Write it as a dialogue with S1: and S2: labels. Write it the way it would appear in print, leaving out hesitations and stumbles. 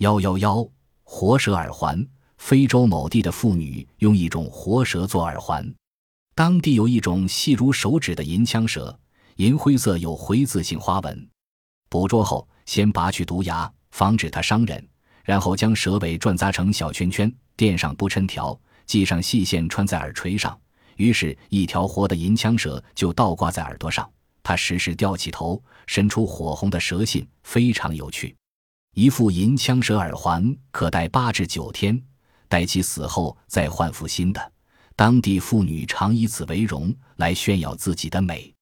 S1: 111活蛇耳环。非洲某地的妇女用一种活蛇做耳环。当地有一种细如手指的银枪蛇，银灰色有回字形花纹。捕捉后，先拔去毒牙，防止它伤人，然后将蛇尾转扎成小圈圈，垫上布抻条，系上细线穿在耳垂上，于是一条活的银枪蛇就倒挂在耳朵上。它时时掉起头，伸出火红的蛇信，非常有趣。一副银枪蛇耳环可戴8至9天，待其死后再换副新的。当地妇女常以此为荣，来炫耀自己的美。